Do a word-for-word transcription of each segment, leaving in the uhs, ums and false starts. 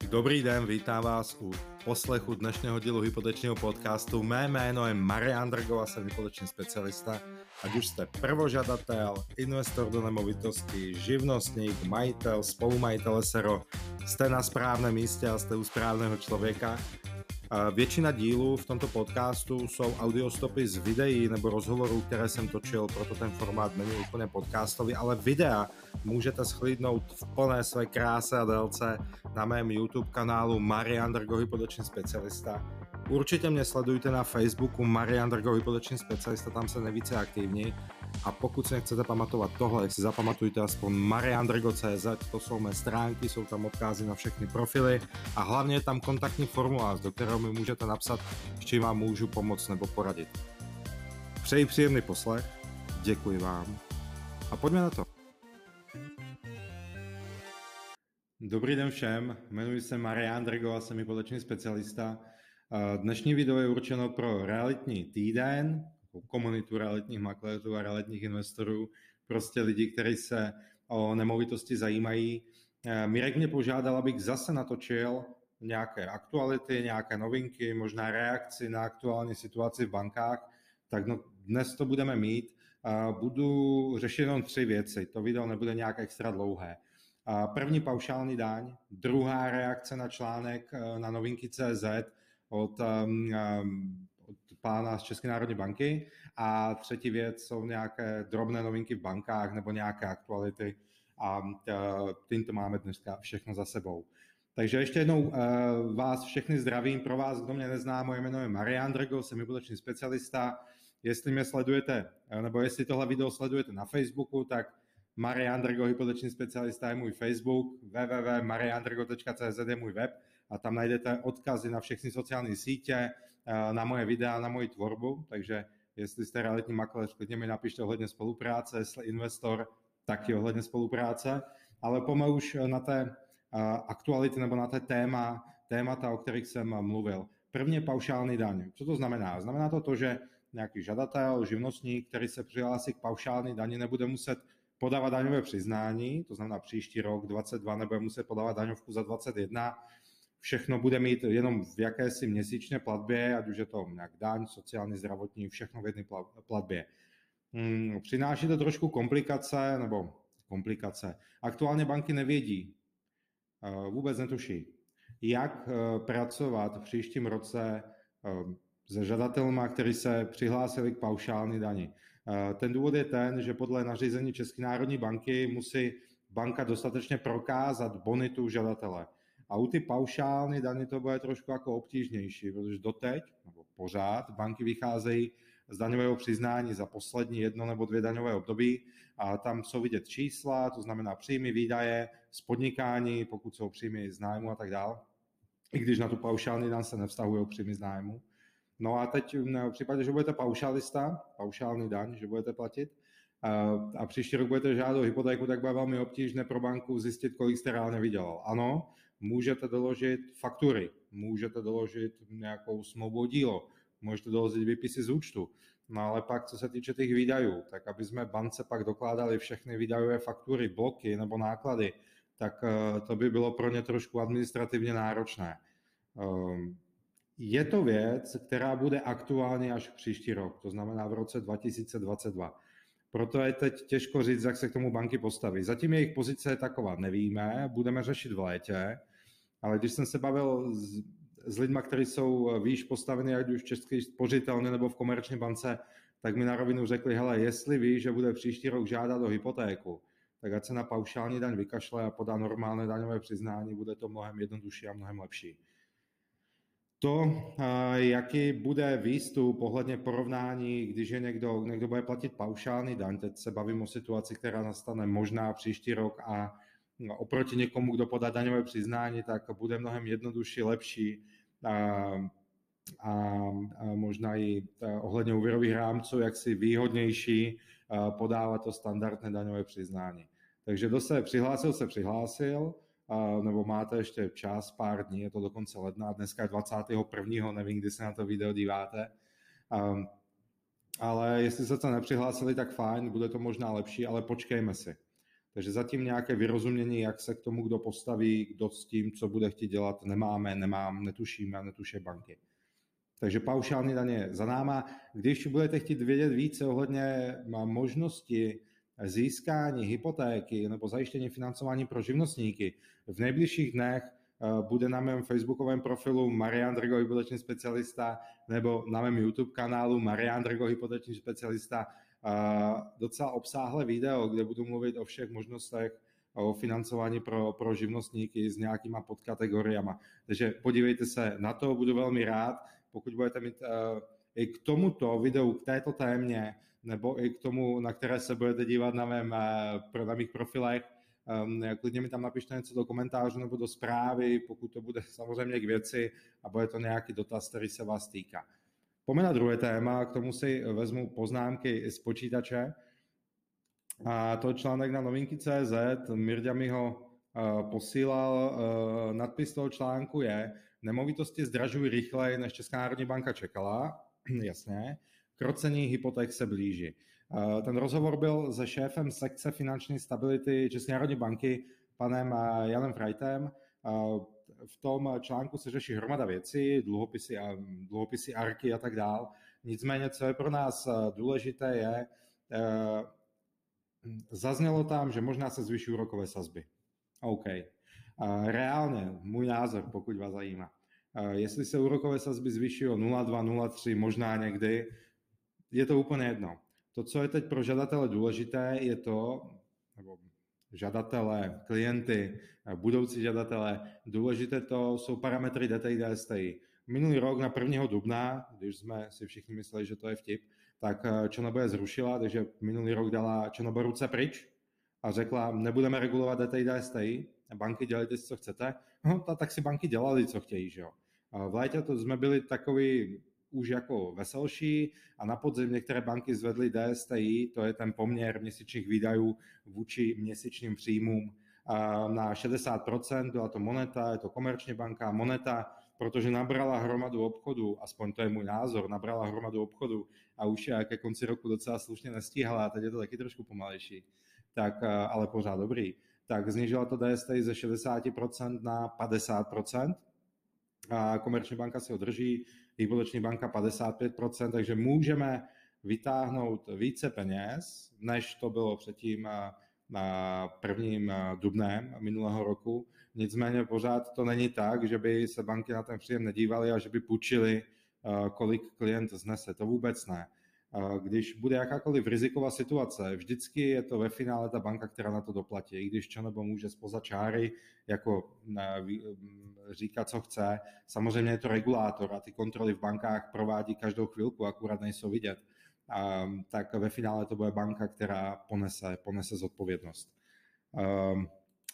Dobrý den, vítám vás u poslechu dnešného dílu hypotečného podcastu. Mé jméno je Marián Drgo a jsem hypoteční specialista. Ať už jste prvožadatel, investor do nemovitosti, živnostník, majitel, spolumajitel es er o, jste na správném místě a jste u správného člověka. Většina dílů v tomto podcastu jsou audiostopy z videí nebo rozhovorů, které jsem točil, proto ten formát není úplně podcastový, ale videa můžete shlídnout v plné své kráse a délce na mém YouTube kanálu Marián Drgo, hypoteční specialista. Určitě mě sledujte na Facebooku Marián Drgo, hypoteční specialista, tam jsem nejvíce aktivní. A pokud si nechcete pamatovat tohle, si zapamatujte aspoň marian drgo tečka cé zet, to jsou mé stránky, jsou tam odkazy na všechny profily a hlavně je tam kontaktní formulář, do kterého mi můžete napsat, s čím vám můžu pomoct nebo poradit. Přeji příjemný poslech, děkuji vám a pojďme na to. Dobrý den všem, jmenuji se Marián Drgo a jsem hypoteční specialista. Dnešní video je určeno pro realitní týden, komunitu realitních makléřů a realitních investorů, prostě lidi, kteří se o nemovitosti zajímají. Mirek mě požádal, abych zase natočil nějaké aktuality, nějaké novinky, možná reakci na aktuální situaci v bankách, tak no, dnes to budeme mít. Budu řešit jenom tři věci, to video nebude nějak extra dlouhé. První paušální daň, druhá reakce na článek na novinky tečka cé zet od od pána z České národní banky a třetí věc jsou nějaké drobné novinky v bankách nebo nějaké aktuality a tímto máme dneska všechno za sebou. Takže ještě jednou vás všechny zdravím, pro vás, kdo mě nezná, moje jméno je Marián Drgo, jsem hypoteční specialista. Jestli mě sledujete, nebo jestli tohle video sledujete na Facebooku, tak Marián Drgo, hypoteční specialista je můj Facebook, w w w tečka marian drgo tečka cé zet je můj web a tam najdete odkazy na všechny sociální sítě, na moje videa, na moji tvorbu, takže jestli jste realitní makléř, klidně mi napište ohledně spolupráce, jestli investor, taky ohledně spolupráce, ale pojďme už na té aktuality nebo na té téma, témata, o kterých jsem mluvil. Prvně paušální daň. Co to znamená? Znamená to to, že nějaký žadatel, živnostník, který se přihlásí k paušální dani, nebude muset podávat daňové přiznání, to znamená příští rok dvacet dva nebude muset podávat daňovku za dvacet jedna, všechno bude mít jenom v jakési měsíčné platbě, ať už je to nějak daň, sociální, zdravotní, všechno v jedné platbě. Hmm, přináší to trošku komplikace, nebo komplikace. Aktuálně banky nevědí, vůbec netuší, jak pracovat v příštím roce se žadatelma, kteří se přihlásili k paušální dani. Ten důvod je ten, že podle nařízení České národní banky musí banka dostatečně prokázat bonitu žadatele. A u ty paušální daně to bude trošku jako obtížnější, protože doteď, nebo pořád, banky vycházejí z daňového přiznání za poslední jedno nebo dvě daňové období a tam jsou vidět čísla, to znamená příjmy, výdaje z podnikání, pokud jsou příjmy z nájmu a tak dále, i když na tu paušální daň se nevztahují příjmy z nájmu. No a teď v případě, že budete paušalista, paušální daň, že budete platit, a příští rok budete žádat o hypotéku, tak bude velmi obtížné pro banku zjistit, kolik jste reálně vydělal. Ano, můžete doložit faktury, můžete doložit nějakou smlouvu dílo, můžete doložit výpisy z účtu, no ale pak, co se týče těch výdajů, tak aby jsme bance pak dokládali všechny výdajové faktury, bloky nebo náklady, tak to by bylo pro ně trošku administrativně náročné. Je to věc, která bude aktuálně až příští rok, to znamená v roce dva tisíce dvacet dva. Proto je teď těžko říct, jak se k tomu banky postaví. Zatím jejich pozice je taková, nevíme, budeme řešit v létě, ale když jsem se bavil s, s lidmi, kteří jsou výš postaveni, ať už v České spořitelně nebo v Komerční bance, tak mi na rovinu řekli, hele, jestli ví, že bude příští rok žádat o hypotéku, tak ať se na paušální daň vykašle a podá normálné daňové přiznání, bude to mnohem jednodušší a mnohem lepší. To, jaký bude výstup ohledně porovnání, když je někdo, někdo bude platit paušální daň, teď se bavím o situaci, která nastane možná příští rok a oproti někomu, kdo podá daňové přiznání, tak bude mnohem jednodušší, lepší a, a, a možná i ohledně úvěrových rámců, jaksi výhodnější podávat to standardné daňové přiznání. Takže kdo se přihlásil, se přihlásil, nebo máte ještě čas, pár dní, je to do konce ledna, dneska je dvacátého prvního nevím, kdy se na to video díváte, um, ale jestli se to nepřihlásili, tak fajn, bude to možná lepší, ale počkejme si. Takže zatím nějaké vyrozumění, jak se k tomu kdo postaví, kdo s tím, co bude chtít dělat, nemáme, nemám, netušíme, netuší banky. Takže paušální daně za náma. Když budete chtít vědět více ohledně možnosti získání hypotéky nebo zajištění financování pro živnostníky, v nejbližších dnech bude na mém facebookovém profilu Marián Drgo, hypoteční specialista, nebo na mém YouTube kanálu Marián Drgo, hypoteční specialista, docela obsáhlé video, kde budu mluvit o všech možnostech o financování pro, pro živnostníky s nějakýma podkategoriama. Takže podívejte se na to, budu velmi rád. Pokud budete mít uh, i k tomuto videu, k této témě, nebo i k tomu, na které se budete dívat na, mém, uh, na mých profilech, um, klidně mi tam napište něco do komentářů nebo do zprávy, pokud to bude samozřejmě k věci a bude to nějaký dotaz, který se vás týká. Pojďme na druhé téma, k tomu si vezmu poznámky z počítače. A to článek na novinky tečka cé zet, Mirďa mi ho uh, posílal, uh, nadpis toho článku je: nemovitosti zdražují rychleji, než Česká národní banka čekala, jasně, krocení hypoték se blíží. Uh, ten rozhovor byl se šéfem sekce finanční stability České národní banky, panem uh, Janem Frajtem. Uh, v tom článku se řeší hromada věcí, dluhopisy, a, dluhopisy Arky a tak dál. Nicméně, co je pro nás důležité, je, uh, zaznělo tam, že možná se zvýší úrokové sazby. OK. Reálně, můj názor, pokud vás zajímá. Jestli se úrokové sazby zvýší o nula celá dva, nula celá tři, možná někdy, je to úplně jedno. To, co je teď pro žadatele důležité, je to, nebo žadatele, klienty, budoucí žadatele, důležité to jsou parametry D T I D S T I. Minulý rok na prvního dubna, když jsme si všichni mysleli, že to je vtip, tak ČNB je zrušila, takže minulý rok dala ČNB ruce pryč a řekla, nebudeme regulovat D T I D S T I, banky dělejte si, co chcete. No, tak si banky dělali, co chtějí, že jo. V létě to jsme byli takový už jako veselší a na podzim některé banky zvedly D S T I, to je ten poměr měsíčních výdajů vůči měsíčním příjmům, na šedesát procent, byla to Moneta, je to komerční banka, Moneta, protože nabrala hromadu obchodu, aspoň to je můj názor, nabrala hromadu obchodu a už ke konci roku docela slušně nestíhala, a teď je to taky trošku pomalejší, tak, ale pořád dobrý, tak znížila to D S T I ze šedesát procent na padesát procent a komerční banka si ho drží, hypoteční banka padesát pět procent, takže můžeme vytáhnout více peněz, než to bylo předtím na prvním dubnem minulého roku. Nicméně pořád to není tak, že by se banky na ten příjem nedívaly a že by půjčili, kolik klient znese. To vůbec ne. Když bude jakákoliv riziková situace, vždycky je to ve finále ta banka, která na to doplatí. I když ČNB může spoza čáry jako říkat, co chce. Samozřejmě je to regulátor a ty kontroly v bankách provádí každou chvilku, akurát nejsou vidět. Um, tak ve finále to bude banka, která ponese, ponese zodpovědnost. Um,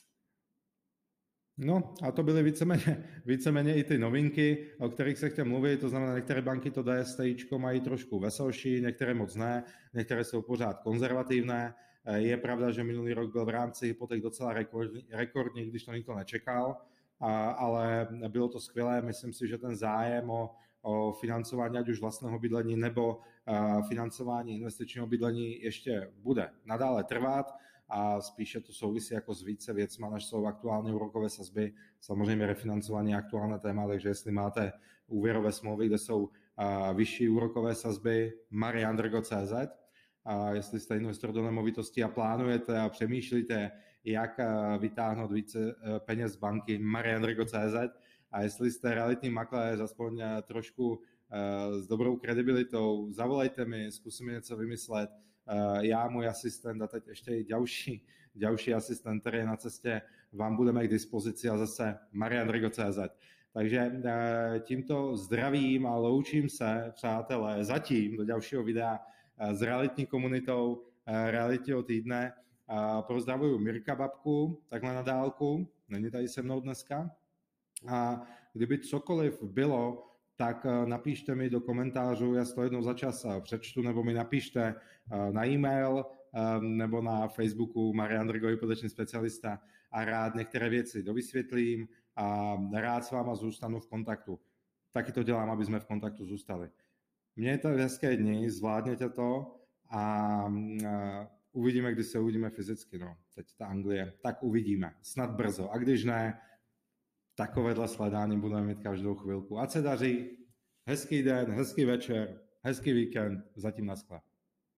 no a to byly víceméně, víceméně i ty novinky, o kterých se chtěl mluvit, to znamená, některé banky to D S T Ičko mají trošku veselší, některé moc ne, některé jsou pořád konzervativné. Je pravda, že minulý rok byl v rámci hypoték docela rekordní, rekordní, když to nikdo nečekal, a, ale bylo to skvělé, myslím si, že ten zájem o o financování ať už vlastného bydlení nebo uh, financování investičního bydlení ještě bude nadále trvat a spíše to souvisí jako s více věcma, než jsou aktuální úrokové sazby. Samozřejmě refinancování je aktuální téma, takže jestli máte úvěrové smlouvy, kde jsou uh, vyšší úrokové sazby, marián drgo tečka cé zet. A jestli jste investor do nemovitosti a plánujete a přemýšlíte, jak uh, vytáhnout více uh, peněz z banky, marián drgo tečka cé zet. A jestli jste realitní makléř, aspoň trošku uh, s dobrou kredibilitou, zavolejte mi, zkusíme něco vymyslet. Uh, já, můj asistent a teď ještě i další, další asistent, který je na cestě, vám budeme k dispozici a zase marián drgo tečka cé zet. Takže uh, tímto zdravím a loučím se, přátelé, zatím do dalšího videa uh, s realitní komunitou uh, realitního týdne. Uh, pozdravuju Mirka babku, takhle na dálku, není tady se mnou dneska. A kdyby cokoliv bylo, tak napište mi do komentářů, já si to jednou za čas přečtu, nebo mi napište na e-mail nebo na Facebooku Marián Drgo, hypoteční specialista, a rád některé věci dovysvětlím a rád s váma zůstanu v kontaktu. Taky to dělám, aby jsme v kontaktu zůstali. Mějte hezké dny, zvládněte to a uvidíme, kdy se uvidíme fyzicky. No. Teď ta Anglie, tak uvidíme. Snad brzo. A když ne, takovéhle sledání budeme mít každou chvilku. Ať se daří. Hezký den, hezký večer, hezký víkend. Zatím na skle.